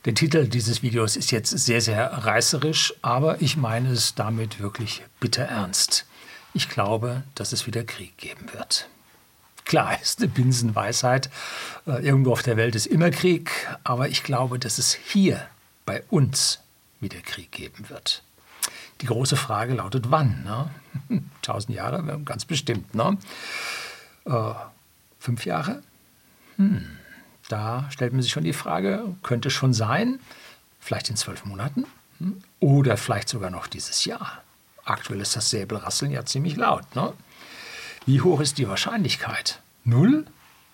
Der Titel dieses Videos ist jetzt sehr, sehr reißerisch, aber ich meine es damit wirklich bitter ernst. Ich glaube, dass es wieder Krieg geben wird. Klar, ist eine Binsenweisheit. Irgendwo auf der Welt ist immer Krieg, aber ich glaube, dass es hier bei uns wieder Krieg geben wird. Die große Frage lautet, wann? Ne? 1000 Jahre, ganz bestimmt. Ne? 5 Jahre? Da stellt man sich schon die Frage, könnte schon sein, vielleicht in 12 Monaten oder vielleicht sogar noch dieses Jahr. Aktuell ist das Säbelrasseln ja ziemlich laut. Ne? Wie hoch ist die Wahrscheinlichkeit? 0?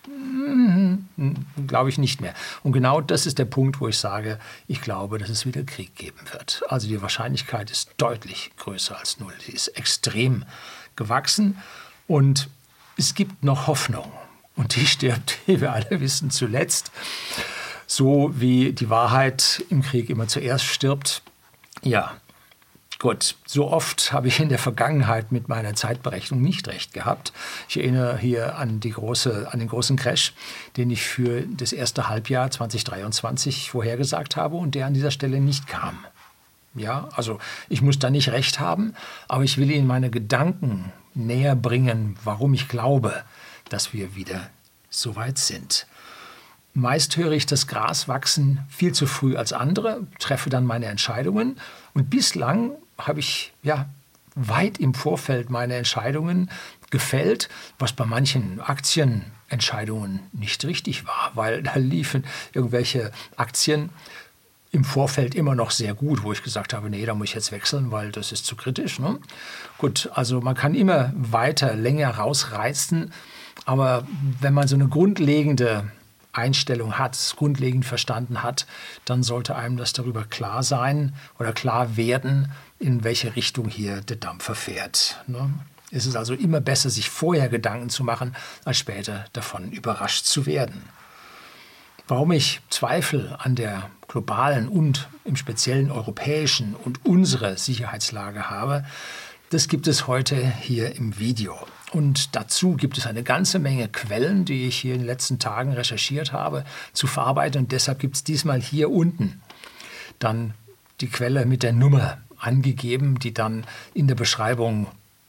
Glaube ich nicht mehr. Und genau das ist der Punkt, wo ich sage, ich glaube, dass es wieder Krieg geben wird. Also die Wahrscheinlichkeit ist deutlich größer als 0. Sie ist extrem gewachsen und es gibt noch Hoffnung. Und die stirbt, wie wir alle wissen, zuletzt. So wie die Wahrheit im Krieg immer zuerst stirbt. Ja, gut, so oft habe ich in der Vergangenheit mit meiner Zeitberechnung nicht recht gehabt. Ich erinnere hier an den großen Crash, den ich für das erste Halbjahr 2023 vorhergesagt habe und der an dieser Stelle nicht kam. Ja, also ich muss da nicht recht haben, aber ich will Ihnen meine Gedanken näher bringen, warum ich glaube, dass wir wieder so weit sind. Meist höre ich das Gras wachsen viel zu früh als andere, treffe dann meine Entscheidungen und bislang habe ich weit im Vorfeld meine Entscheidungen gefällt, was bei manchen Aktienentscheidungen nicht richtig war, weil da liefen irgendwelche Aktien im Vorfeld immer noch sehr gut, wo ich gesagt habe, nee, da muss ich jetzt wechseln, weil das ist zu kritisch. Ne? Gut, also man kann immer weiter, länger rausreißen, aber wenn man so eine grundlegende Einstellung hat, grundlegend verstanden hat, dann sollte einem das darüber klar sein oder klar werden, in welche Richtung hier der Dampfer fährt. Ne? Es ist also immer besser, sich vorher Gedanken zu machen, als später davon überrascht zu werden. Warum ich Zweifel an der globalen und im speziellen europäischen und unsere Sicherheitslage habe, das gibt es heute hier im Video. Und dazu gibt es eine ganze Menge Quellen, die ich hier in den letzten Tagen recherchiert habe, zu verarbeiten. Und deshalb gibt es diesmal hier unten dann die Quelle mit der Nummer angegeben, die dann in der Beschreibung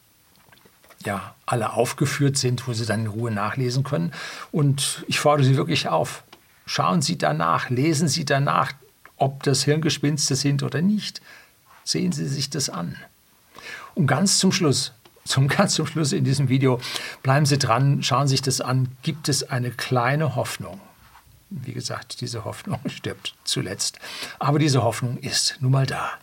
alle aufgeführt sind, wo Sie dann in Ruhe nachlesen können. Und ich fordere Sie wirklich auf, schauen Sie danach, lesen Sie danach, ob das Hirngespinste sind oder nicht. Sehen Sie sich das an. Und ganz zum Schluss in diesem Video, bleiben Sie dran, schauen Sie sich das an, gibt es eine kleine Hoffnung. Wie gesagt, diese Hoffnung stirbt zuletzt, aber diese Hoffnung ist nun mal da.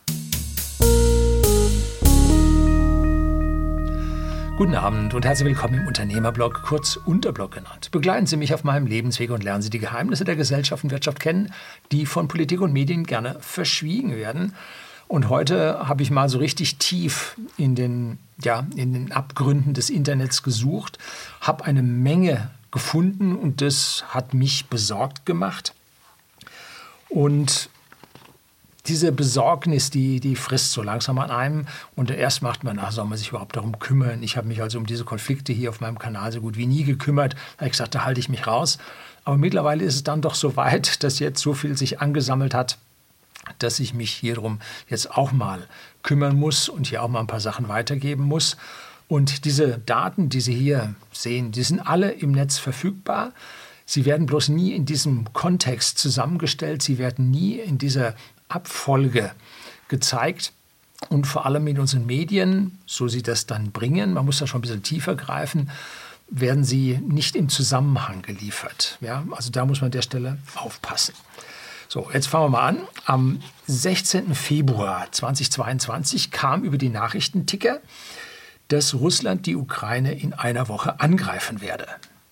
Guten Abend und herzlich willkommen im Unternehmerblog, kurz Unterblog genannt. Begleiten Sie mich auf meinem Lebensweg und lernen Sie die Geheimnisse der Gesellschaft und Wirtschaft kennen, die von Politik und Medien gerne verschwiegen werden. Und heute habe ich mal so richtig tief in den Abgründen des Internets gesucht, habe eine Menge gefunden und das hat mich besorgt gemacht. Und diese Besorgnis, die frisst so langsam an einem und erst macht man, soll man sich überhaupt darum kümmern? Ich habe mich also um diese Konflikte hier auf meinem Kanal so gut wie nie gekümmert. Da habe ich gesagt, da halte ich mich raus. Aber mittlerweile ist es dann doch so weit, dass jetzt so viel sich angesammelt hat, dass ich mich hier drum jetzt auch mal kümmern muss und hier auch mal ein paar Sachen weitergeben muss. Und diese Daten, die Sie hier sehen, die sind alle im Netz verfügbar. Sie werden bloß nie in diesem Kontext zusammengestellt. Sie werden nie in dieser Abfolge gezeigt. Und vor allem in unseren Medien, so sie das dann bringen, man muss da schon ein bisschen tiefer greifen, werden sie nicht im Zusammenhang geliefert. Ja, also da muss man an der Stelle aufpassen. So, jetzt fangen wir mal an. Am 16. Februar 2022 kam über die Nachrichtenticker, dass Russland die Ukraine in einer Woche angreifen werde.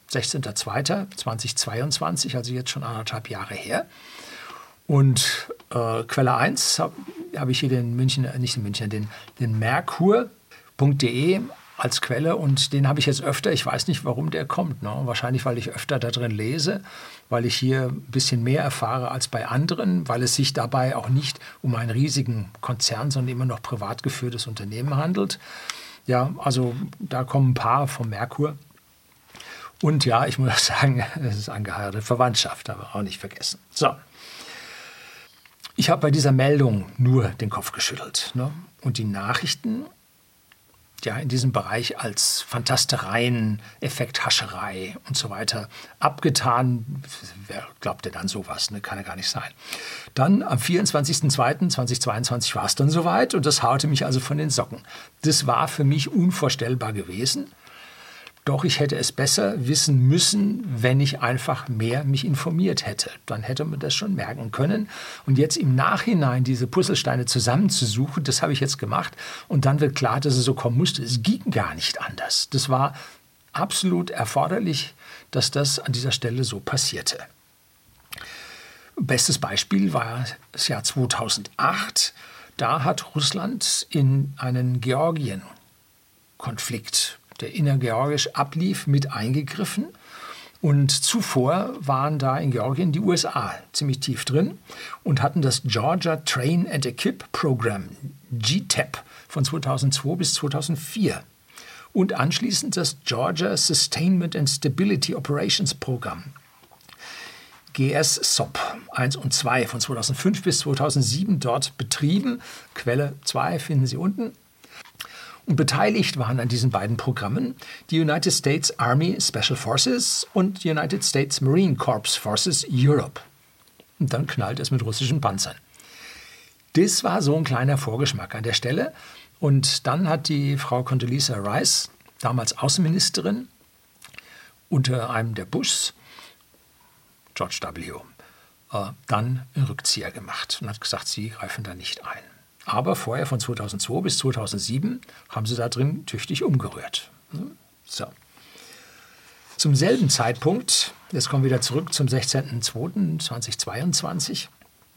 16.02.2022, also jetzt schon 1,5 Jahre her. Und Quelle 1 habe ich hier den Merkur.de als Quelle und den habe ich jetzt öfter. Ich weiß nicht, warum der kommt. Ne? Wahrscheinlich, weil ich öfter da drin lese, weil ich hier ein bisschen mehr erfahre als bei anderen, weil es sich dabei auch nicht um einen riesigen Konzern, sondern immer noch privat geführtes Unternehmen handelt. Ja, also da kommen ein paar vom Merkur. Und ja, ich muss sagen, es ist angeheiratete Verwandtschaft, aber auch nicht vergessen. So. Ich habe bei dieser Meldung nur den Kopf geschüttelt, ne? Und die Nachrichten ja in diesem Bereich als Fantastereien, Effekthascherei und so weiter abgetan. Wer glaubt denn an sowas? Ne? Kann ja gar nicht sein. Dann am 24.02.2022 war es dann soweit und das haute mich also von den Socken. Das war für mich unvorstellbar gewesen. Doch ich hätte es besser wissen müssen, wenn ich einfach mehr mich informiert hätte. Dann hätte man das schon merken können. Und jetzt im Nachhinein diese Puzzlesteine zusammenzusuchen, das habe ich jetzt gemacht. Und dann wird klar, dass es so kommen musste. Es ging gar nicht anders. Das war absolut erforderlich, dass das an dieser Stelle so passierte. Bestes Beispiel war das Jahr 2008. Da hat Russland in einen Georgien-Konflikt, der innergeorgisch ablief, mit eingegriffen. Und zuvor waren da in Georgien die USA ziemlich tief drin und hatten das Georgia Train and Equip Program, GTEP, von 2002 bis 2004. Und anschließend das Georgia Sustainment and Stability Operations Program, GSSOP 1 und 2, von 2005 bis 2007 dort betrieben. Quelle 2 finden Sie unten. Und beteiligt waren an diesen beiden Programmen die United States Army Special Forces und United States Marine Corps Forces Europe. Und dann knallt es mit russischen Panzern. Das war so ein kleiner Vorgeschmack an der Stelle. Und dann hat die Frau Condoleezza Rice, damals Außenministerin, unter einem der Bushs, George W., dann einen Rückzieher gemacht und hat gesagt, sie greifen da nicht ein. Aber vorher von 2002 bis 2007 haben sie da drin tüchtig umgerührt. So. Zum selben Zeitpunkt, jetzt kommen wir wieder zurück zum 16.02.2022,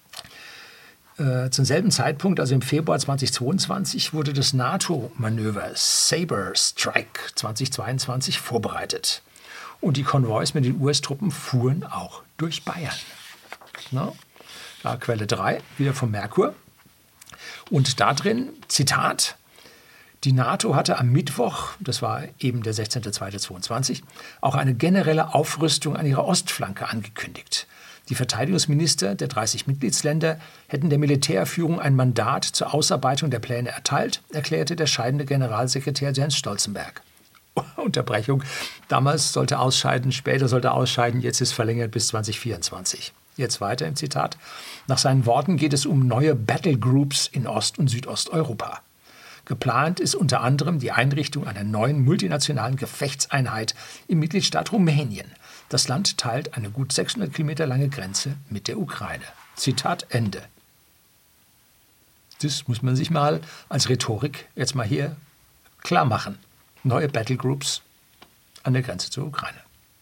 zum selben Zeitpunkt, also im Februar 2022, wurde das NATO-Manöver Saber Strike 2022 vorbereitet. Und die Konvois mit den US-Truppen fuhren auch durch Bayern. Na? Da Quelle 3, wieder vom Merkur. Und da drin, Zitat, die NATO hatte am Mittwoch, das war eben der 16.02.2022, auch eine generelle Aufrüstung an ihrer Ostflanke angekündigt. Die Verteidigungsminister der 30 Mitgliedsländer hätten der Militärführung ein Mandat zur Ausarbeitung der Pläne erteilt, erklärte der scheidende Generalsekretär Jens Stoltenberg. Unterbrechung, damals sollte ausscheiden, später sollte ausscheiden, jetzt ist verlängert bis 2024. Jetzt weiter im Zitat. Nach seinen Worten geht es um neue Battlegroups in Ost- und Südosteuropa. Geplant ist unter anderem die Einrichtung einer neuen multinationalen Gefechtseinheit im Mitgliedstaat Rumänien. Das Land teilt eine gut 600 Kilometer lange Grenze mit der Ukraine. Zitat Ende. Das muss man sich mal als Rhetorik jetzt mal hier klar machen. Neue Battlegroups an der Grenze zur Ukraine.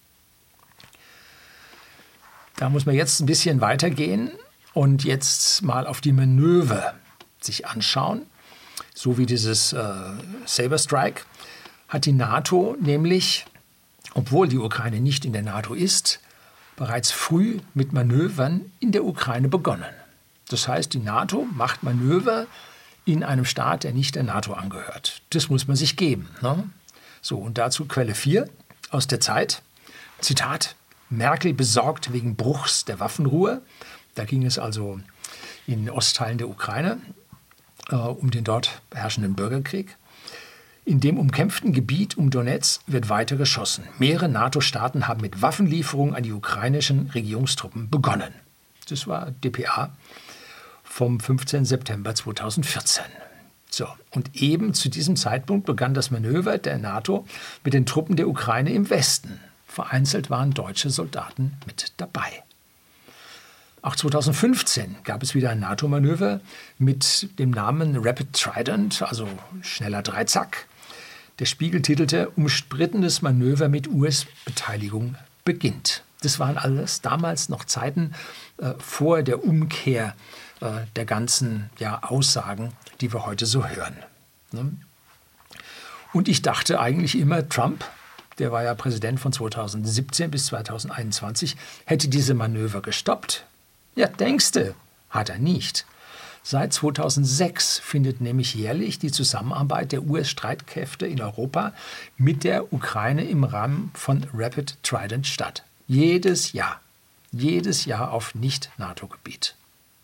Da muss man jetzt ein bisschen weitergehen und jetzt mal auf die Manöver sich anschauen. So wie dieses Saber Strike hat die NATO nämlich, obwohl die Ukraine nicht in der NATO ist, bereits früh mit Manövern in der Ukraine begonnen. Das heißt, die NATO macht Manöver in einem Staat, der nicht der NATO angehört. Das muss man sich geben. Ne? So, und dazu Quelle 4 aus der Zeit. Zitat: Merkel besorgt wegen Bruchs der Waffenruhe. Da ging es also in Ostteilen der Ukraine um den dort herrschenden Bürgerkrieg. In dem umkämpften Gebiet um Donetsk wird weiter geschossen. Mehrere NATO-Staaten haben mit Waffenlieferungen an die ukrainischen Regierungstruppen begonnen. Das war dpa vom 15. September 2014. So, und eben zu diesem Zeitpunkt begann das Manöver der NATO mit den Truppen der Ukraine im Westen. Vereinzelt waren deutsche Soldaten mit dabei. Auch 2015 gab es wieder ein NATO-Manöver mit dem Namen Rapid Trident, also schneller Dreizack. Der Spiegel titelte: Umstrittenes Manöver mit US-Beteiligung beginnt. Das waren alles damals noch Zeiten vor der Umkehr der ganzen Aussagen, die wir heute so hören. Ne? Und ich dachte eigentlich immer, Trump, der war ja Präsident von 2017 bis 2021, hätte diese Manöver gestoppt. Ja, denkste, hat er nicht. Seit 2006 findet nämlich jährlich die Zusammenarbeit der US-Streitkräfte in Europa mit der Ukraine im Rahmen von Rapid Trident statt. Jedes Jahr auf Nicht-NATO-Gebiet.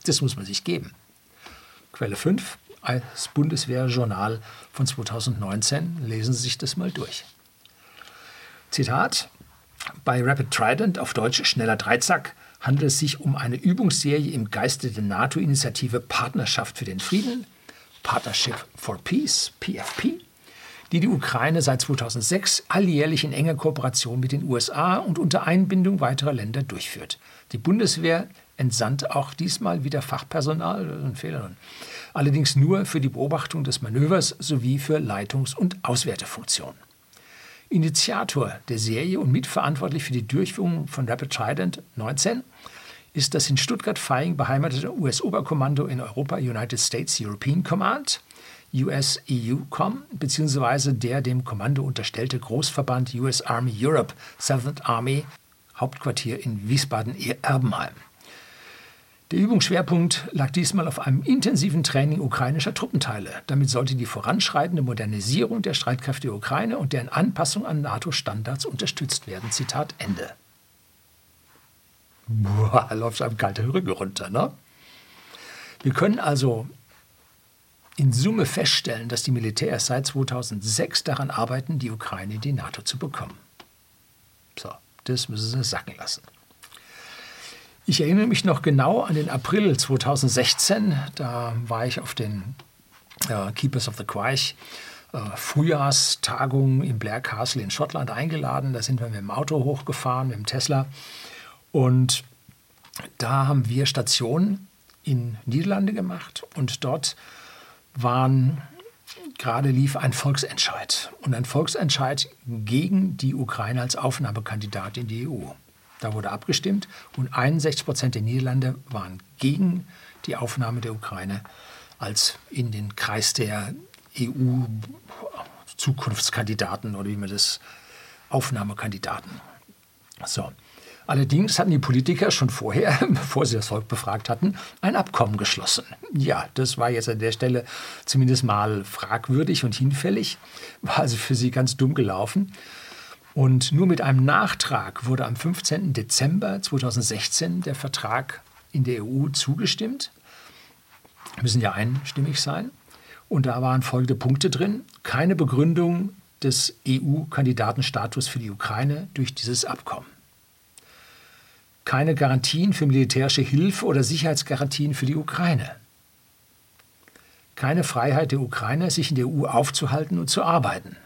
Das muss man sich geben. Quelle 5, das Bundeswehrjournal von 2019. Lesen Sie sich das mal durch. Zitat: Bei Rapid Trident, auf Deutsch schneller Dreizack, handelt es sich um eine Übungsserie im Geiste der NATO-Initiative Partnerschaft für den Frieden, Partnership for Peace, PFP, die die Ukraine seit 2006 alljährlich in enger Kooperation mit den USA und unter Einbindung weiterer Länder durchführt. Die Bundeswehr entsandt auch diesmal wieder Fachpersonal, das ist ein Fehler, allerdings nur für die Beobachtung des Manövers sowie für Leitungs- und Auswertefunktionen. Initiator der Serie und mitverantwortlich für die Durchführung von Rapid Trident 19 ist das in Stuttgart-Vaihing beheimatete US-Oberkommando in Europa United States European Command, US-EUCOM, beziehungsweise der dem Kommando unterstellte Großverband US Army Europe, Southern Army, Hauptquartier in Wiesbaden-Erbenheim. Der Übungsschwerpunkt lag diesmal auf einem intensiven Training ukrainischer Truppenteile. Damit sollte die voranschreitende Modernisierung der Streitkräfte der Ukraine und deren Anpassung an NATO-Standards unterstützt werden. Zitat Ende. Boah, läuft einem kalte Rücken runter, ne? Wir können also in Summe feststellen, dass die Militärs seit 2006 daran arbeiten, die Ukraine in die NATO zu bekommen. So, das müssen Sie sacken lassen. Ich erinnere mich noch genau an den April 2016. Da war ich auf den Keepers of the Quiet Frühjahrstagung in Blair Castle in Schottland eingeladen. Da sind wir mit dem Auto hochgefahren, mit dem Tesla. Und da haben wir Station in Niederlande gemacht. Und dort lief ein Volksentscheid. Und ein Volksentscheid gegen die Ukraine als Aufnahmekandidat in die EU. Da wurde abgestimmt und 61% der Niederlande waren gegen die Aufnahme der Ukraine als in den Kreis der EU-Zukunftskandidaten oder wie man das, Aufnahmekandidaten. So. Allerdings hatten die Politiker schon vorher, bevor sie das Volk befragt hatten, ein Abkommen geschlossen. Ja, das war jetzt an der Stelle zumindest mal fragwürdig und hinfällig, war also für sie ganz dumm gelaufen. Und nur mit einem Nachtrag wurde am 15. Dezember 2016 der Vertrag in der EU zugestimmt. Müssen ja einstimmig sein. Und da waren folgende Punkte drin. Keine Begründung des EU-Kandidatenstatus für die Ukraine durch dieses Abkommen. Keine Garantien für militärische Hilfe oder Sicherheitsgarantien für die Ukraine. Keine Freiheit der Ukrainer, sich in der EU aufzuhalten und zu arbeiten.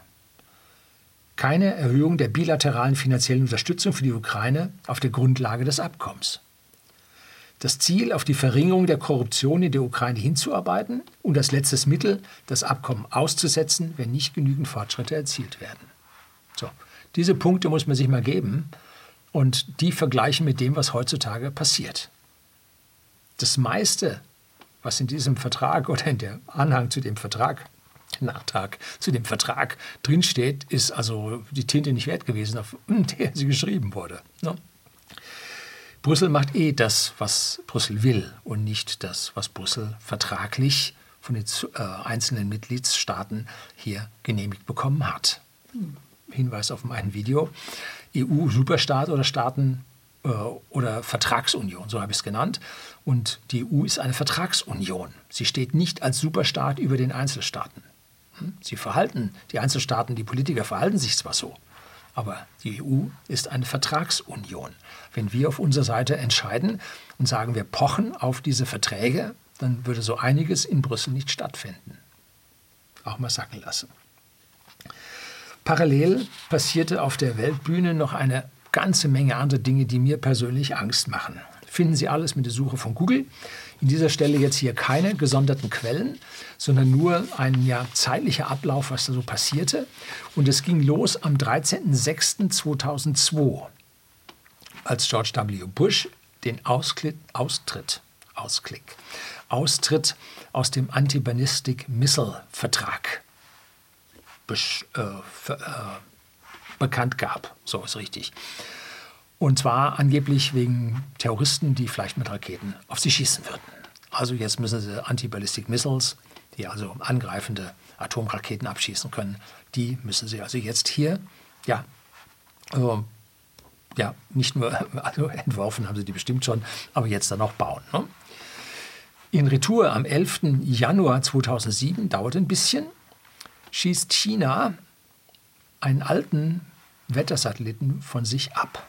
Keine Erhöhung der bilateralen finanziellen Unterstützung für die Ukraine auf der Grundlage des Abkommens. Das Ziel, auf die Verringerung der Korruption in der Ukraine hinzuarbeiten und als letztes Mittel, das Abkommen auszusetzen, wenn nicht genügend Fortschritte erzielt werden. So, diese Punkte muss man sich mal geben und die vergleichen mit dem, was heutzutage passiert. Das meiste, was in diesem Vertrag oder in der Anhang zu dem Vertrag Nachtrag zu dem Vertrag drinsteht, ist also die Tinte nicht wert gewesen, auf der sie geschrieben wurde. Ne? Brüssel macht das, was Brüssel will und nicht das, was Brüssel vertraglich von den einzelnen Mitgliedstaaten hier genehmigt bekommen hat. Hinweis auf mein Video. EU-Superstaat oder Staaten oder Vertragsunion, so habe ich es genannt. Und die EU ist eine Vertragsunion. Sie steht nicht als Superstaat über den Einzelstaaten. Die Einzelstaaten, die Politiker verhalten sich zwar so, aber die EU ist eine Vertragsunion. Wenn wir auf unserer Seite entscheiden und sagen, wir pochen auf diese Verträge, dann würde so einiges in Brüssel nicht stattfinden. Auch mal sacken lassen. Parallel passierte auf der Weltbühne noch eine ganze Menge andere Dinge, die mir persönlich Angst machen. Finden Sie alles mit der Suche von Google. In dieser Stelle jetzt hier keine gesonderten Quellen, sondern nur ein zeitlicher Ablauf, was da so passierte. Und es ging los am 13.06.2002, als George W. Bush den Austritt aus dem Anti-Ballistic Missile-Vertrag bekannt gab. So ist richtig. Und zwar angeblich wegen Terroristen, die vielleicht mit Raketen auf sie schießen würden. Also jetzt müssen sie Anti-Ballistic Missiles, die also angreifende Atomraketen abschießen können, die müssen sie also jetzt hier, nicht nur, also entworfen haben sie die bestimmt schon, aber jetzt dann auch bauen. Ne? In Retour am 11. Januar 2007, dauert ein bisschen, schießt China einen alten Wettersatelliten von sich ab.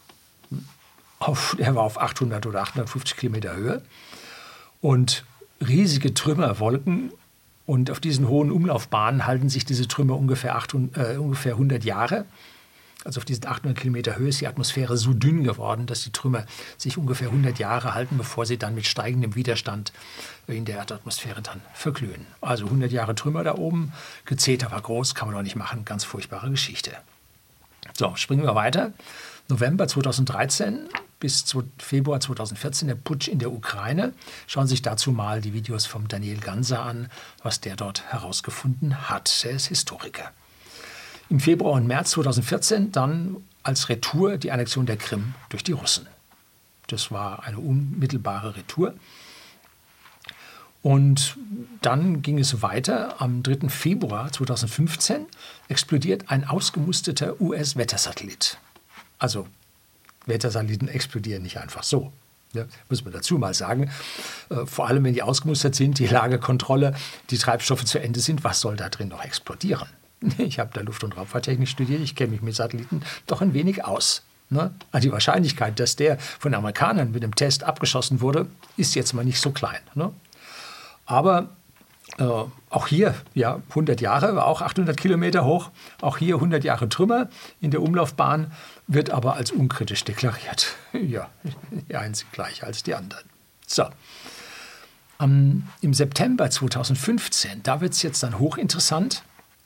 Er war auf 800 oder 850 Kilometer Höhe und riesige Trümmerwolken. Und auf diesen hohen Umlaufbahnen halten sich diese Trümmer ungefähr 100 Jahre. Also auf diesen 800 Kilometer Höhe ist die Atmosphäre so dünn geworden, dass die Trümmer sich ungefähr 100 Jahre halten, bevor sie dann mit steigendem Widerstand in der Erdatmosphäre dann verglühen. Also 100 Jahre Trümmer da oben, gezählt aber groß, kann man doch nicht machen, ganz furchtbare Geschichte. So, springen wir weiter. November 2013 bis Februar 2014 der Putsch in der Ukraine. Schauen Sie sich dazu mal die Videos vom Daniel Ganser an, was der dort herausgefunden hat. Er ist Historiker. Im Februar und März 2014 dann als Retour die Annexion der Krim durch die Russen. Das war eine unmittelbare Retour. Und dann ging es weiter. Am 3. Februar 2015 explodiert ein ausgemusterter US-Wettersatellit. Also Wettersatelliten explodieren nicht einfach so. Ja, muss man dazu mal sagen. Vor allem, wenn die ausgemustert sind, die Lagerkontrolle, die Treibstoffe zu Ende sind, was soll da drin noch explodieren? Ich habe da Luft- und Raumfahrttechnik studiert, ich kenne mich mit Satelliten doch ein wenig aus. Ne? Also die Wahrscheinlichkeit, dass der von den Amerikanern mit einem Test abgeschossen wurde, ist jetzt mal nicht so klein. Ne? Aber auch hier, ja, 100 Jahre, war auch 800 Kilometer hoch, auch hier 100 Jahre Trümmer in der Umlaufbahn, wird aber als unkritisch deklariert. Ja, die einen sind gleicher als die anderen. So. Im September 2015, da wird es jetzt dann hochinteressant,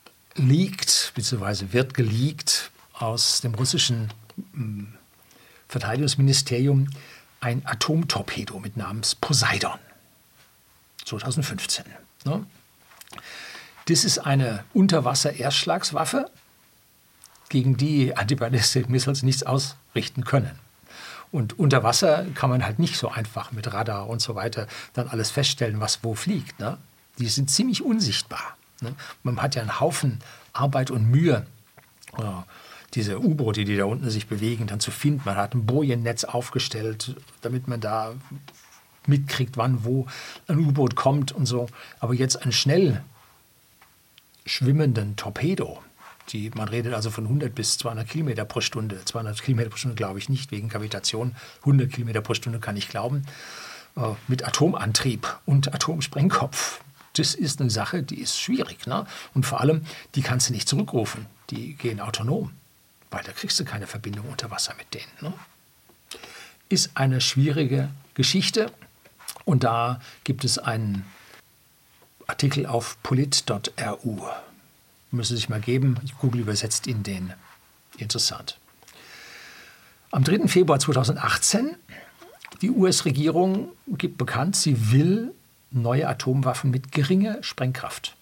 wird geleakt aus dem russischen Verteidigungsministerium ein Atomtorpedo mit Namens Poseidon. 2015. Ne? Das ist eine Unterwasser-Erstschlagswaffe, gegen die Anti-Ballistic Missiles nichts ausrichten können. Und unter Wasser kann man halt nicht so einfach mit Radar und so weiter dann alles feststellen, was wo fliegt. Ne? Die sind ziemlich unsichtbar. Ne? Man hat ja einen Haufen Arbeit und Mühe, diese U-Boote, die da unten sich bewegen, dann zu finden. Man hat ein Bojennetz aufgestellt, damit man da mitkriegt, wann wo ein U-Boot kommt und so. Aber jetzt einen schnell schwimmenden Torpedo, man redet also von 100 bis 200 Kilometer pro Stunde. 200 Kilometer pro Stunde glaube ich nicht, wegen Kavitation. 100 Kilometer pro Stunde kann ich glauben. Mit Atomantrieb und Atomsprengkopf. Das ist eine Sache, die ist schwierig. Ne? Und vor allem, die kannst du nicht zurückrufen. Die gehen autonom, weil da kriegst du keine Verbindung unter Wasser mit denen. Ne? Ist eine schwierige Geschichte. Und da gibt es einen Artikel auf polit.ru. Müsste sich mal geben. Google übersetzt ihn den. Interessant. Am 3. Februar 2018, die US-Regierung gibt bekannt, sie will neue Atomwaffen mit geringer Sprengkraft.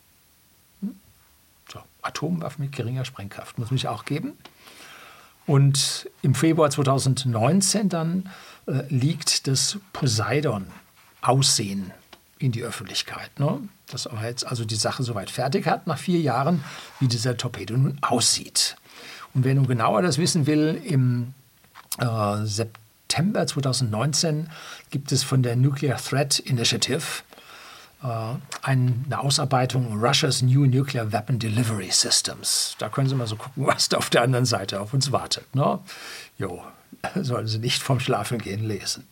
So, Atomwaffen mit geringer Sprengkraft muss es auch geben. Und im Februar 2019 dann liegt das Poseidon-Aussehen in die Öffentlichkeit. Ne? Dass man jetzt also die Sache soweit fertig hat, nach 4 Jahren, wie dieser Torpedo nun aussieht. Und wer nun genauer das wissen will, im September 2019 gibt es von der Nuclear Threat Initiative eine Ausarbeitung Russia's New Nuclear Weapon Delivery Systems. Da können Sie mal so gucken, was da auf der anderen Seite auf uns wartet. Ne? Jo, sollen Sie nicht vom Schlafengehen lesen.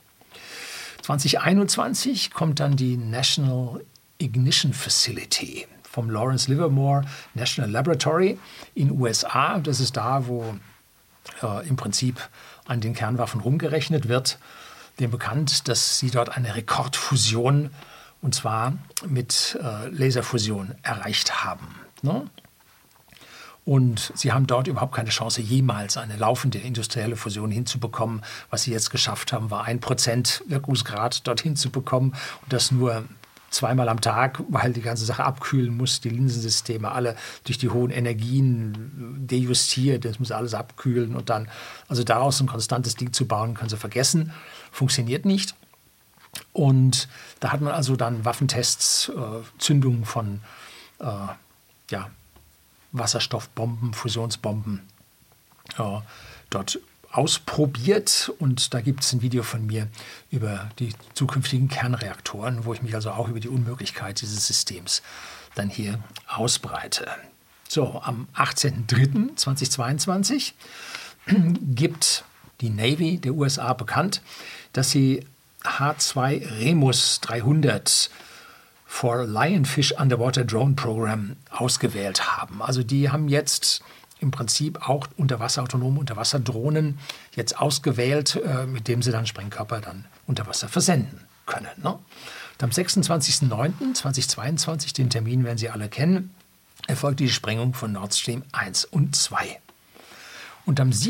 2021 kommt dann die National Ignition Facility vom Lawrence Livermore National Laboratory in den USA. Das ist da, wo im Prinzip an den Kernwaffen rumgerechnet wird. Dem bekannt, dass sie dort eine Rekordfusion, und zwar mit Laserfusion, erreicht haben. Ne? Und sie haben dort überhaupt keine Chance, jemals eine laufende industrielle Fusion hinzubekommen. Was sie jetzt geschafft haben, war 1% Wirkungsgrad dorthin zu bekommen. Und das nur 2-mal am Tag, weil die ganze Sache abkühlen muss, die Linsensysteme alle durch die hohen Energien dejustiert, das muss alles abkühlen und dann, also daraus ein konstantes Ding zu bauen, können Sie vergessen, funktioniert nicht. Und da hat man also dann Waffentests, Zündungen von Wasserstoffbomben, Fusionsbomben dort ausprobiert. Und da gibt es ein Video von mir über die zukünftigen Kernreaktoren, wo ich mich also auch über die Unmöglichkeit dieses Systems dann hier ausbreite. So, am 18.03.2022 gibt die Navy der USA bekannt, dass sie H-2 Remus 300 for Lionfish Underwater Drone Program ausgewählt haben. Also die haben jetzt im Prinzip auch autonome Unterwasserdrohnen jetzt ausgewählt, mit dem sie dann Sprengkörper dann unter Wasser versenden können. Ne? Und am 26.09.2022, den Termin werden Sie alle kennen, erfolgt die Sprengung von Nord Stream 1 und 2. Und am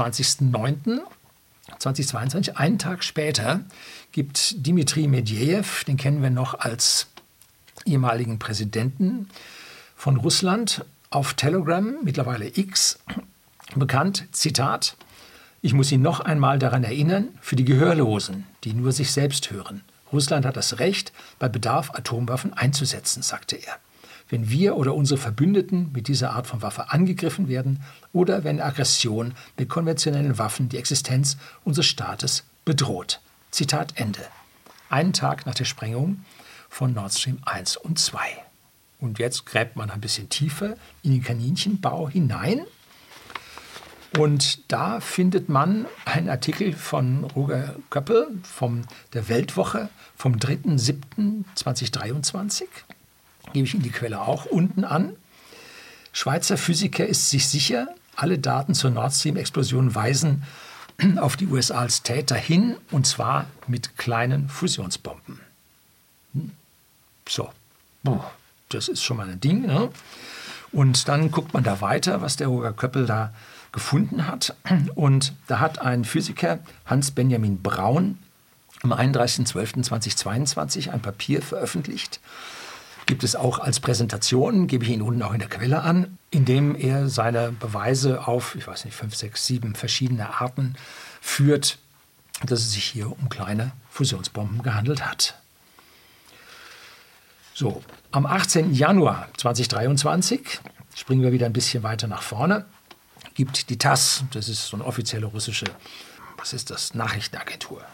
27.09.2022, einen Tag später, gibt Dmitri Medvedev, den kennen wir noch als ehemaligen Präsidenten von Russland, auf Telegram, mittlerweile X, bekannt, Zitat: Ich muss Sie noch einmal daran erinnern, für die Gehörlosen, die nur sich selbst hören. Russland hat das Recht, bei Bedarf Atomwaffen einzusetzen, sagte er. Wenn wir oder unsere Verbündeten mit dieser Art von Waffe angegriffen werden oder wenn Aggression mit konventionellen Waffen die Existenz unseres Staates bedroht. Zitat Ende. Einen Tag nach der Sprengung von Nord Stream 1 und 2. Und jetzt gräbt man ein bisschen tiefer in den Kaninchenbau hinein. Und da findet man einen Artikel von Roger Köppel von der Weltwoche vom 3.7.2023. Gebe ich Ihnen die Quelle auch unten an. Schweizer Physiker ist sich sicher, alle Daten zur Nord Stream-Explosion weisen auf die USA als Täter hin, und zwar mit kleinen Fusionsbomben. So, das ist schon mal ein Ding. Ne? Und dann guckt man da weiter, was der Roger Köppel da gefunden hat. Und da hat ein Physiker, Hans-Benjamin Braun, am 31.12.2022 ein Papier veröffentlicht. Gibt es auch als Präsentation, gebe ich Ihnen unten auch in der Quelle an, in dem er seine Beweise auf, 5, 6, 7 verschiedene Arten führt, dass es sich hier um kleine Fusionsbomben gehandelt hat. So, am 18. Januar 2023, springen wir wieder ein bisschen weiter nach vorne, gibt die TASS, das ist so eine offizielle russische, Nachrichtenagentur.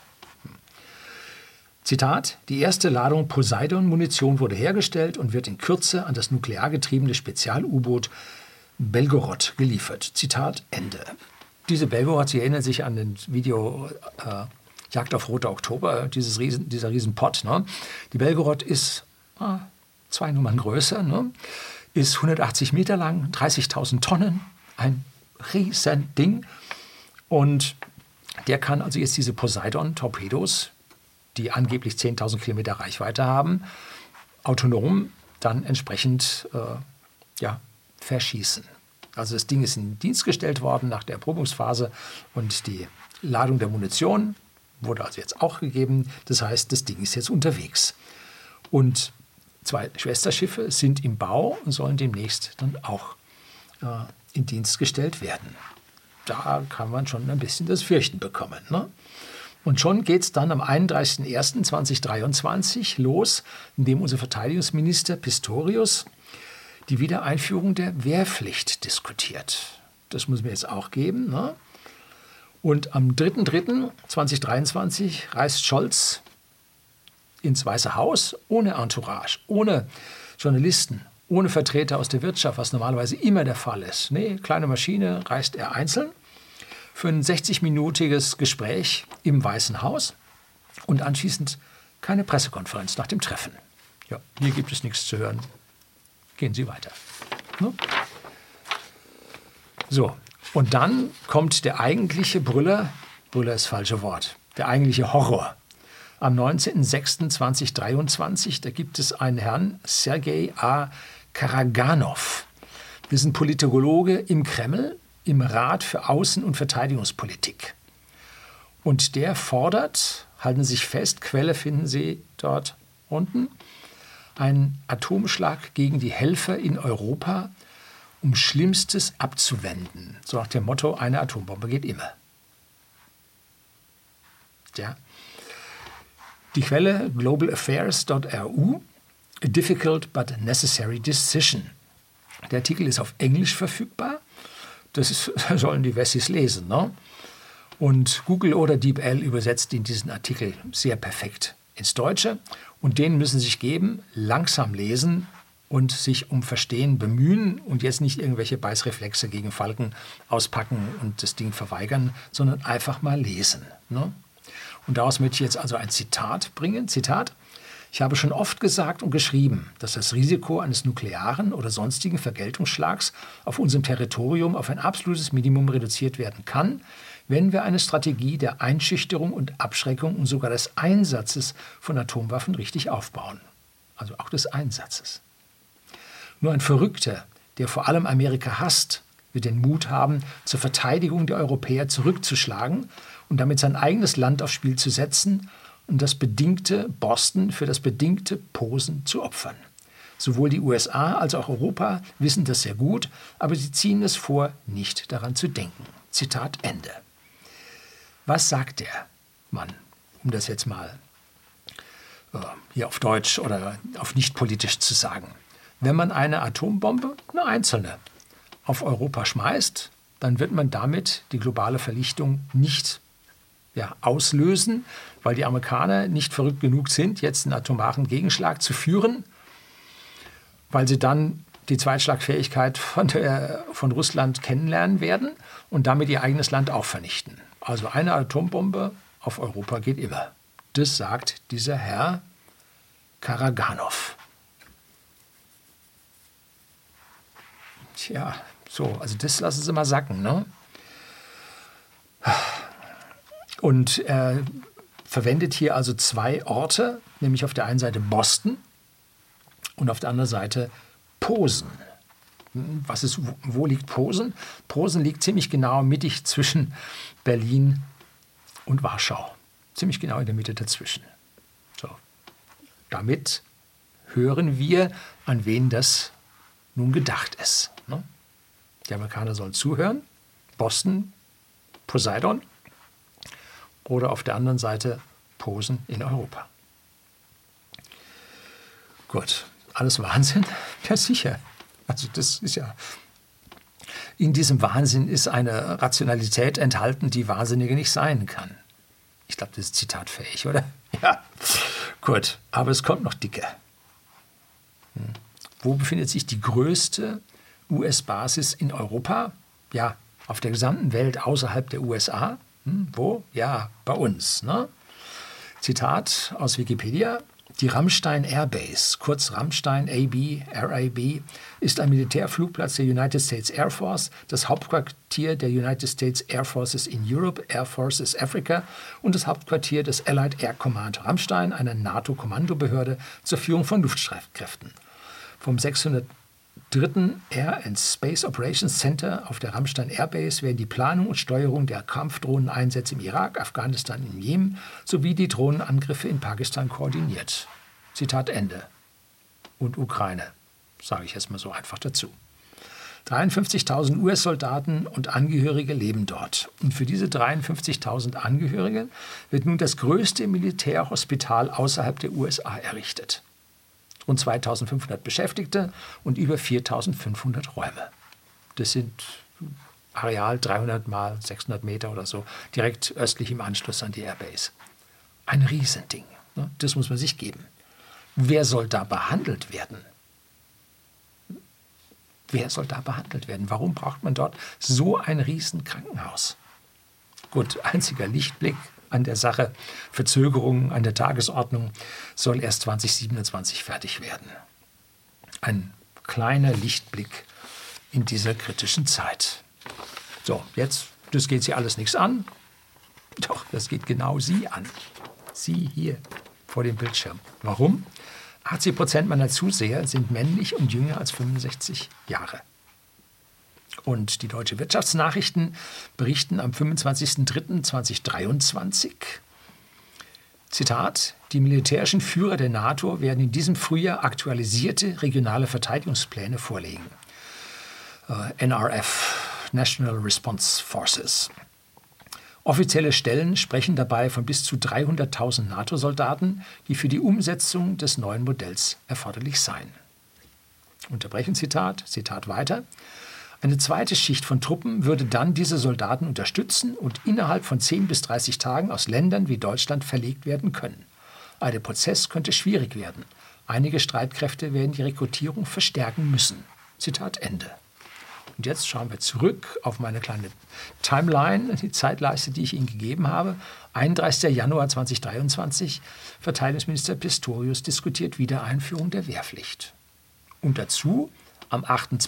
Zitat: Die erste Ladung Poseidon-Munition wurde hergestellt und wird in Kürze an das nukleargetriebene Spezial-U-Boot Belgorod geliefert. Zitat Ende. Diese Belgorod, Sie erinnern sich an den Video Jagd auf Roter Oktober, dieser Riesenpott. Ne? Die Belgorod ist 2 Nummern größer, ne? Ist 180 Meter lang, 30.000 Tonnen, ein Riesending. Und der kann also jetzt diese Poseidon-Torpedos, die angeblich 10.000 Kilometer Reichweite haben, autonom dann entsprechend verschießen. Also das Ding ist in Dienst gestellt worden nach der Erprobungsphase und die Ladung der Munition wurde also jetzt auch gegeben. Das heißt, das Ding ist jetzt unterwegs. Und 2 Schwesterschiffe sind im Bau und sollen demnächst dann auch in Dienst gestellt werden. Da kann man schon ein bisschen das Fürchten bekommen, ne? Und schon geht es dann am 31.01.2023 los, indem unser Verteidigungsminister Pistorius die Wiedereinführung der Wehrpflicht diskutiert. Das muss mir jetzt auch geben. Ne? Und am 3.03.2023 reist Scholz ins Weiße Haus ohne Entourage, ohne Journalisten, ohne Vertreter aus der Wirtschaft, was normalerweise immer der Fall ist. Nee, kleine Maschine, reist er einzeln für ein 60-minütiges Gespräch im Weißen Haus und anschließend keine Pressekonferenz nach dem Treffen. Ja, hier gibt es nichts zu hören. Gehen Sie weiter. Ne? So, und dann kommt der eigentliche Brüller ist das falsche Wort, der eigentliche Horror. Am 19.06.2023, da gibt es einen Herrn, Sergei A. Karaganov. Das ist ein Politologe im Kreml, im Rat für Außen- und Verteidigungspolitik. Und der fordert, halten Sie sich fest, Quelle finden Sie dort unten, einen Atomschlag gegen die Helfer in Europa, um Schlimmstes abzuwenden. So nach dem Motto, eine Atombombe geht immer. Ja. Die Quelle globalaffairs.ru, a difficult but necessary decision. Der Artikel ist auf Englisch verfügbar. Das sollen die Wessis lesen. Ne? Und Google oder DeepL übersetzt in diesen Artikel sehr perfekt ins Deutsche. Und den müssen Sie sich geben, langsam lesen und sich um Verstehen bemühen und jetzt nicht irgendwelche Beißreflexe gegen Falken auspacken und das Ding verweigern, sondern einfach mal lesen. Ne? Und daraus möchte ich jetzt also ein Zitat bringen. Zitat: Ich habe schon oft gesagt und geschrieben, dass das Risiko eines nuklearen oder sonstigen Vergeltungsschlags auf unserem Territorium auf ein absolutes Minimum reduziert werden kann, wenn wir eine Strategie der Einschüchterung und Abschreckung und sogar des Einsatzes von Atomwaffen richtig aufbauen. Also auch des Einsatzes. Nur ein Verrückter, der vor allem Amerika hasst, wird den Mut haben, zur Verteidigung der Europäer zurückzuschlagen und damit sein eigenes Land aufs Spiel zu setzen und das bedingte Boston für das bedingte Posen zu opfern. Sowohl die USA als auch Europa wissen das sehr gut, aber sie ziehen es vor, nicht daran zu denken. Zitat Ende. Was sagt der Mann, um das jetzt mal hier auf Deutsch oder auf nicht politisch zu sagen? Wenn man eine Atombombe, eine einzelne, auf Europa schmeißt, dann wird man damit die globale Vernichtung nicht auslösen, weil die Amerikaner nicht verrückt genug sind, jetzt einen atomaren Gegenschlag zu führen, weil sie dann die Zweitschlagfähigkeit von Russland kennenlernen werden und damit ihr eigenes Land auch vernichten. Also eine Atombombe auf Europa geht immer. Das sagt dieser Herr Karaganov. Tja, so, also das lassen Sie mal sacken, ne? Und er verwendet hier also zwei Orte, nämlich auf der einen Seite Boston und auf der anderen Seite Posen. Wo liegt Posen? Posen liegt ziemlich genau mittig zwischen Berlin und Warschau. Ziemlich genau in der Mitte dazwischen. So. Damit hören wir, an wen das nun gedacht ist. Ne? Die Amerikaner sollen zuhören. Boston, Poseidon. Oder auf der anderen Seite Posen in Europa. Gut, alles Wahnsinn? Ja, sicher. Also das ist ja, in diesem Wahnsinn ist eine Rationalität enthalten, die Wahnsinnige nicht sein kann. Ich glaube, das ist zitatfähig, oder? Ja, gut, aber es kommt noch dicker. Wo befindet sich die größte US-Basis in Europa? Ja, auf der gesamten Welt außerhalb der USA. Wo? Ja, bei uns. Ne? Zitat aus Wikipedia: Die Ramstein Air Base, kurz Ramstein RAB, ist ein Militärflugplatz der United States Air Force, das Hauptquartier der United States Air Forces in Europe, Air Forces Africa und das Hauptquartier des Allied Air Command Ramstein, einer NATO-Kommandobehörde zur Führung von Luftstreitkräften. Vom 603. Air and Space Operations Center auf der Ramstein Air Base werden die Planung und Steuerung der Kampfdrohneneinsätze im Irak, Afghanistan und im Jemen sowie die Drohnenangriffe in Pakistan koordiniert. Zitat Ende. Und Ukraine, sage ich jetzt mal so einfach dazu. 53.000 US-Soldaten und Angehörige leben dort. Und für diese 53.000 Angehörige wird nun das größte Militärhospital außerhalb der USA errichtet. Rund 2.500 Beschäftigte und über 4.500 Räume. Das sind Areal 300 mal 600 Meter oder so, direkt östlich im Anschluss an die Airbase. Ein Riesending. Ne? Das muss man sich geben. Wer soll da behandelt werden? Wer soll da behandelt werden? Warum braucht man dort so ein Riesenkrankenhaus? Gut, einziger Lichtblick an der Sache, Verzögerungen an der Tagesordnung, soll erst 2027 fertig werden. Ein kleiner Lichtblick in dieser kritischen Zeit. So, jetzt, das geht Sie alles nichts an. Doch, das geht genau Sie an. Sie hier vor dem Bildschirm. Warum? 80% meiner Zuseher sind männlich und jünger als 65 Jahre. Und die Deutsche Wirtschaftsnachrichten berichten am 25.03.2023, Zitat: Die militärischen Führer der NATO werden in diesem Frühjahr aktualisierte regionale Verteidigungspläne vorlegen. NRF, National Response Forces. Offizielle Stellen sprechen dabei von bis zu 300.000 NATO-Soldaten, die für die Umsetzung des neuen Modells erforderlich seien. Unterbrechen Zitat, Zitat weiter: Eine zweite Schicht von Truppen würde dann diese Soldaten unterstützen und innerhalb von 10 bis 30 Tagen aus Ländern wie Deutschland verlegt werden können. Aber der Prozess könnte schwierig werden. Einige Streitkräfte werden die Rekrutierung verstärken müssen. Zitat Ende. Und jetzt schauen wir zurück auf meine kleine Timeline, die Zeitleiste, die ich Ihnen gegeben habe. 31. Januar 2023. Verteidigungsminister Pistorius diskutiert Wiedereinführung der Wehrpflicht. Und dazu am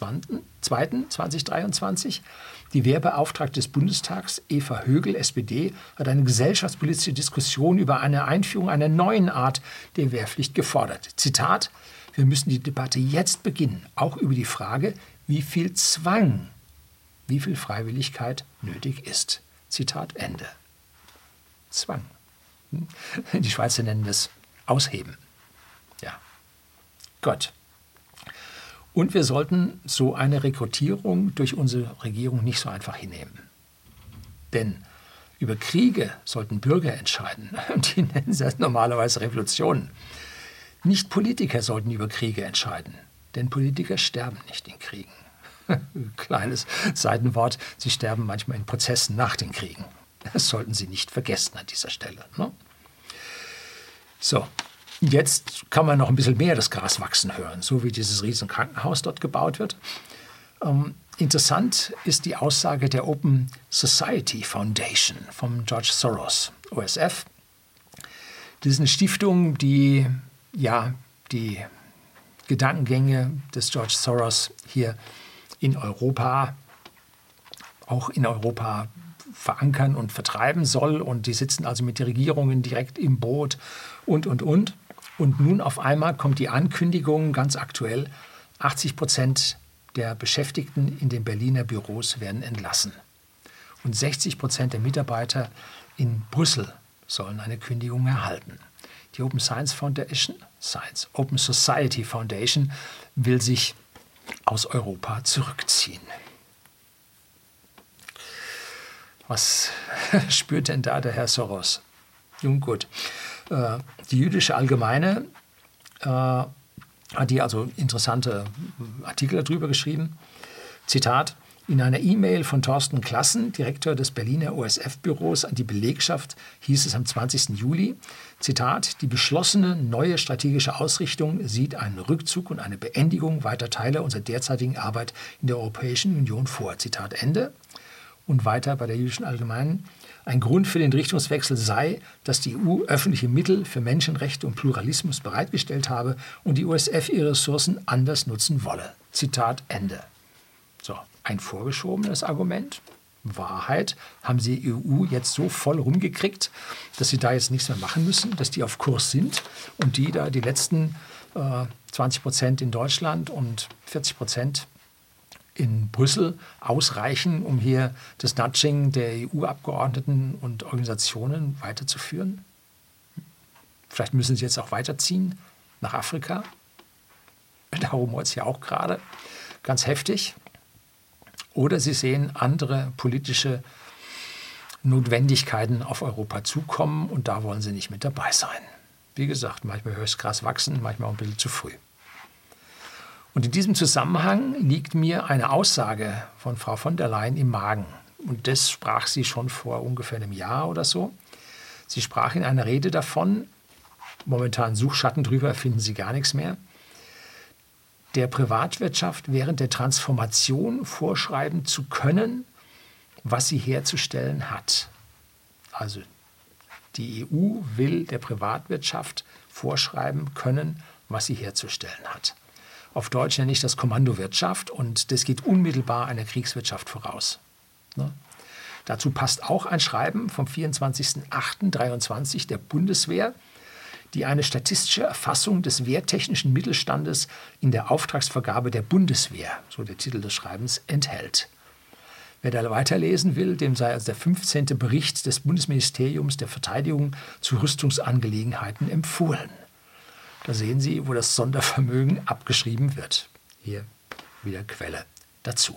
8.2.2023 die Wehrbeauftragte des Bundestags, Eva Högel, SPD, hat eine gesellschaftspolitische Diskussion über eine Einführung einer neuen Art der Wehrpflicht gefordert. Zitat: Wir müssen die Debatte jetzt beginnen, auch über die Frage, wie viel Zwang, wie viel Freiwilligkeit nötig ist. Zitat Ende. Zwang. Die Schweizer nennen das Ausheben. Ja. Gott. Und wir sollten so eine Rekrutierung durch unsere Regierung nicht so einfach hinnehmen. Denn über Kriege sollten Bürger entscheiden. Und die nennen das normalerweise Revolutionen. Nicht Politiker sollten über Kriege entscheiden. Denn Politiker sterben nicht in Kriegen. Kleines Seitenwort, sie sterben manchmal in Prozessen nach den Kriegen. Das sollten Sie nicht vergessen an dieser Stelle. Ne? So. Jetzt kann man noch ein bisschen mehr das Gras wachsen hören, so wie dieses riesen Krankenhaus dort gebaut wird. Interessant ist die Aussage der Open Society Foundation von George Soros, OSF. Das ist eine Stiftung, die die Gedankengänge des George Soros hier in Europa, auch in Europa verankern und vertreiben soll. Und die sitzen also mit den Regierungen direkt im Boot und. Und nun auf einmal kommt die Ankündigung, ganz aktuell, 80% der Beschäftigten in den Berliner Büros werden entlassen. Und 60% der Mitarbeiter in Brüssel sollen eine Kündigung erhalten. Die Open Society Foundation will sich aus Europa zurückziehen. Was spürt denn da der Herr Soros? Nun gut. Die Jüdische Allgemeine hat hier also interessante Artikel darüber geschrieben. Zitat: In einer E-Mail von Thorsten Klassen, Direktor des Berliner OSF-Büros, an die Belegschaft hieß es am 20. Juli, Zitat: Die beschlossene neue strategische Ausrichtung sieht einen Rückzug und eine Beendigung weiter Teile unserer derzeitigen Arbeit in der Europäischen Union vor. Zitat Ende. Und weiter bei der Jüdischen Allgemeinen: Ein Grund für den Richtungswechsel sei, dass die EU öffentliche Mittel für Menschenrechte und Pluralismus bereitgestellt habe und die OSF ihre Ressourcen anders nutzen wolle. Zitat Ende. So, ein vorgeschobenes Argument. Wahrheit. Haben sie die EU jetzt so voll rumgekriegt, dass sie da jetzt nichts mehr machen müssen, dass die auf Kurs sind und die da die letzten 20% in Deutschland und 40% in Brüssel ausreichen, um hier das Nudging der EU-Abgeordneten und Organisationen weiterzuführen? Vielleicht müssen sie jetzt auch weiterziehen nach Afrika. Da rumort es ja auch gerade ganz heftig. Oder sie sehen andere politische Notwendigkeiten auf Europa zukommen und da wollen sie nicht mit dabei sein. Wie gesagt, manchmal höre ich das Gras wachsen, manchmal auch ein bisschen zu früh. Und in diesem Zusammenhang liegt mir eine Aussage von Frau von der Leyen im Magen. Und das sprach sie schon vor ungefähr einem Jahr oder so. Sie sprach in einer Rede davon, momentan Suchschatten drüber, finden Sie gar nichts mehr, der Privatwirtschaft während der Transformation vorschreiben zu können, was sie herzustellen hat. Also die EU will der Privatwirtschaft vorschreiben können, was sie herzustellen hat. Auf Deutsch nenne ich das Kommandowirtschaft und das geht unmittelbar einer Kriegswirtschaft voraus. Ne? Dazu passt auch ein Schreiben vom 24.08.23 der Bundeswehr, die eine statistische Erfassung des wehrtechnischen Mittelstandes in der Auftragsvergabe der Bundeswehr, so der Titel des Schreibens, enthält. Wer da weiterlesen will, dem sei also der 15. Bericht des Bundesministeriums der Verteidigung zu Rüstungsangelegenheiten empfohlen. Da sehen Sie, wo das Sondervermögen abgeschrieben wird. Hier wieder Quelle dazu.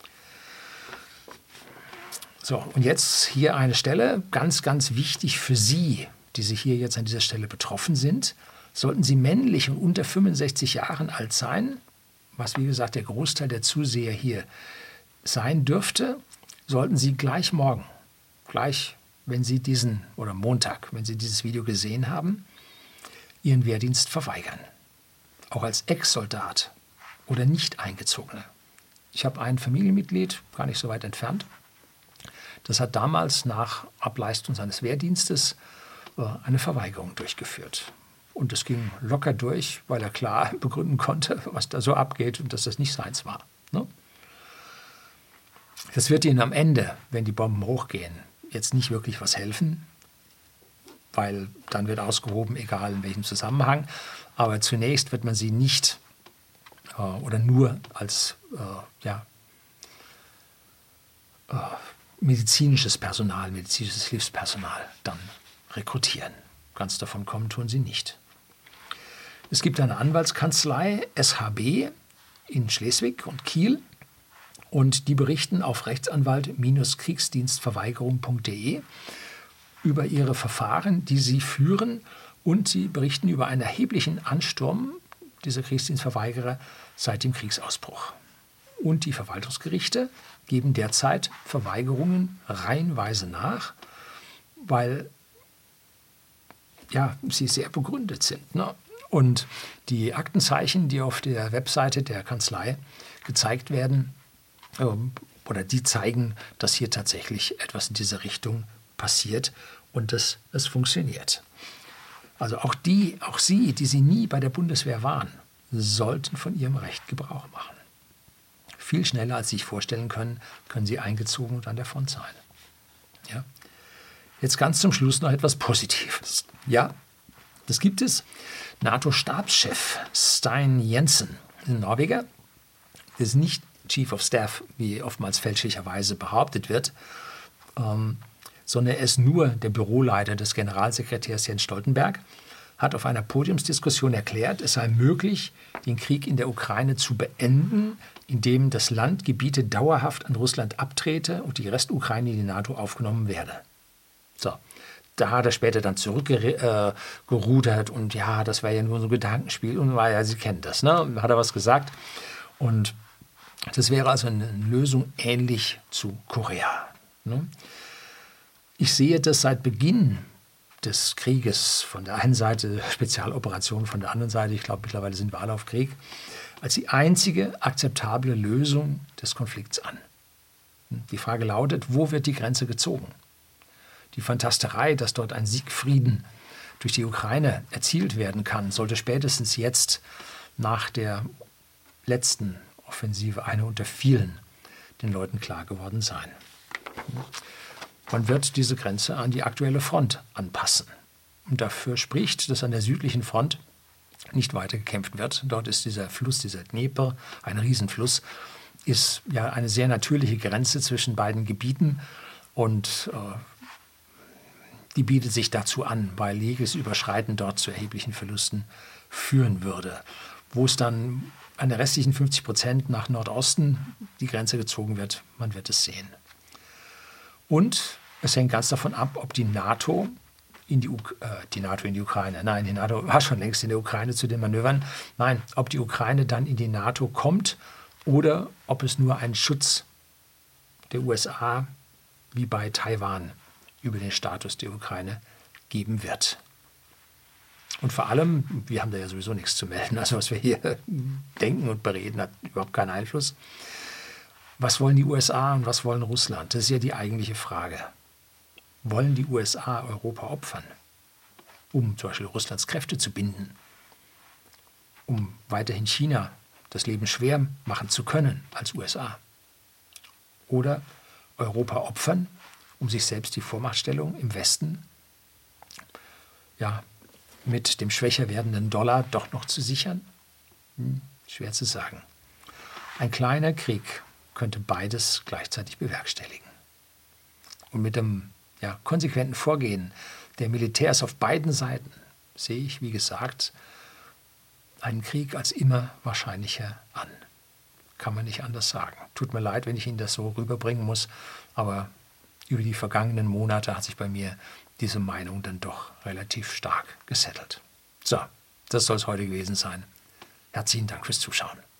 So, und jetzt hier eine Stelle, ganz, ganz wichtig für Sie, die sich hier jetzt an dieser Stelle betroffen sind. Sollten Sie männlich und unter 65 Jahren alt sein, was wie gesagt der Großteil der Zuseher hier sein dürfte, sollten Sie gleich morgen, wenn Sie oder Montag, wenn Sie dieses Video gesehen haben, Ihren Wehrdienst verweigern. Auch als Ex-Soldat oder Nicht-Eingezogener. Ich habe ein Familienmitglied, gar nicht so weit entfernt, das hat damals nach Ableistung seines Wehrdienstes eine Verweigerung durchgeführt. Und es ging locker durch, weil er klar begründen konnte, was da so abgeht und dass das nicht seins war. Ne? Das wird Ihnen am Ende, wenn die Bomben hochgehen, jetzt nicht wirklich was helfen, weil dann wird ausgehoben, egal in welchem Zusammenhang. Aber zunächst wird man sie nicht oder nur als medizinisches Personal, medizinisches Hilfspersonal dann rekrutieren. Ganz davon kommen tun sie nicht. Es gibt eine Anwaltskanzlei, SHB, in Schleswig und Kiel. Und die berichten auf rechtsanwalt-kriegsdienstverweigerung.de über ihre Verfahren, die sie führen. Und sie berichten über einen erheblichen Ansturm dieser Kriegsdienstverweigerer seit dem Kriegsausbruch. Und die Verwaltungsgerichte geben derzeit Verweigerungen reihenweise nach, weil sie sehr begründet sind. Ne? Und die Aktenzeichen, die auf der Webseite der Kanzlei gezeigt werden, oder die zeigen, dass hier tatsächlich etwas in dieser Richtung passiert und dass es funktioniert. Also auch Sie, die Sie nie bei der Bundeswehr waren, sollten von Ihrem Recht Gebrauch machen. Viel schneller, als Sie sich vorstellen können, können Sie eingezogen und an der Front sein. Ja? Jetzt ganz zum Schluss noch etwas Positives. Ja, das gibt es. NATO-Stabschef Stein Jensen, ein Norweger, das ist nicht Chief of Staff, wie oftmals fälschlicherweise behauptet wird, sondern er ist nur der Büroleiter des Generalsekretärs Jens Stoltenberg, hat auf einer Podiumsdiskussion erklärt, es sei möglich, den Krieg in der Ukraine zu beenden, indem das Land Gebiete dauerhaft an Russland abtrete und die Restukraine in die NATO aufgenommen werde. So, da hat er später dann zurückgerudert und ja, das wäre ja nur so ein Gedankenspiel und Sie kennen das, ne? Hat er was gesagt und das wäre also eine Lösung ähnlich zu Korea. Ne? Ich sehe das seit Beginn des Krieges, von der einen Seite Spezialoperationen, von der anderen Seite, ich glaube mittlerweile sind wir alle auf Krieg, als die einzige akzeptable Lösung des Konflikts an. Die Frage lautet, wo wird die Grenze gezogen? Die Fantasterei, dass dort ein Siegfrieden durch die Ukraine erzielt werden kann, sollte spätestens jetzt nach der letzten Offensive, eine unter vielen, den Leuten klar geworden sein. Man wird diese Grenze an die aktuelle Front anpassen. Und dafür spricht, dass an der südlichen Front nicht weiter gekämpft wird. Dort ist dieser Fluss, dieser Dnepr, ein Riesenfluss, ist ja eine sehr natürliche Grenze zwischen beiden Gebieten und die bietet sich dazu an, weil jedes Überschreiten dort zu erheblichen Verlusten führen würde. Wo es dann an der restlichen 50% nach Nordosten die Grenze gezogen wird, man wird es sehen. Und es hängt ganz davon ab, ob die NATO in die Ukraine, nein, die NATO war schon längst in der Ukraine zu den Manövern, nein, ob die Ukraine dann in die NATO kommt oder ob es nur einen Schutz der USA wie bei Taiwan über den Status der Ukraine geben wird. Und vor allem, wir haben da ja sowieso nichts zu melden, also was wir hier denken und bereden, hat überhaupt keinen Einfluss. Was wollen die USA und was wollen Russland? Das ist ja die eigentliche Frage. Wollen die USA Europa opfern, um zum Beispiel Russlands Kräfte zu binden, um weiterhin China das Leben schwer machen zu können als USA? Oder Europa opfern, um sich selbst die Vormachtstellung im Westen mit dem schwächer werdenden Dollar doch noch zu sichern? Schwer zu sagen. Ein kleiner Krieg könnte beides gleichzeitig bewerkstelligen. Und mit dem konsequenten Vorgehen der Militärs auf beiden Seiten sehe ich, wie gesagt, einen Krieg als immer wahrscheinlicher an. Kann man nicht anders sagen. Tut mir leid, wenn ich Ihnen das so rüberbringen muss, aber über die vergangenen Monate hat sich bei mir diese Meinung dann doch relativ stark gesettelt. So, das soll es heute gewesen sein. Herzlichen Dank fürs Zuschauen.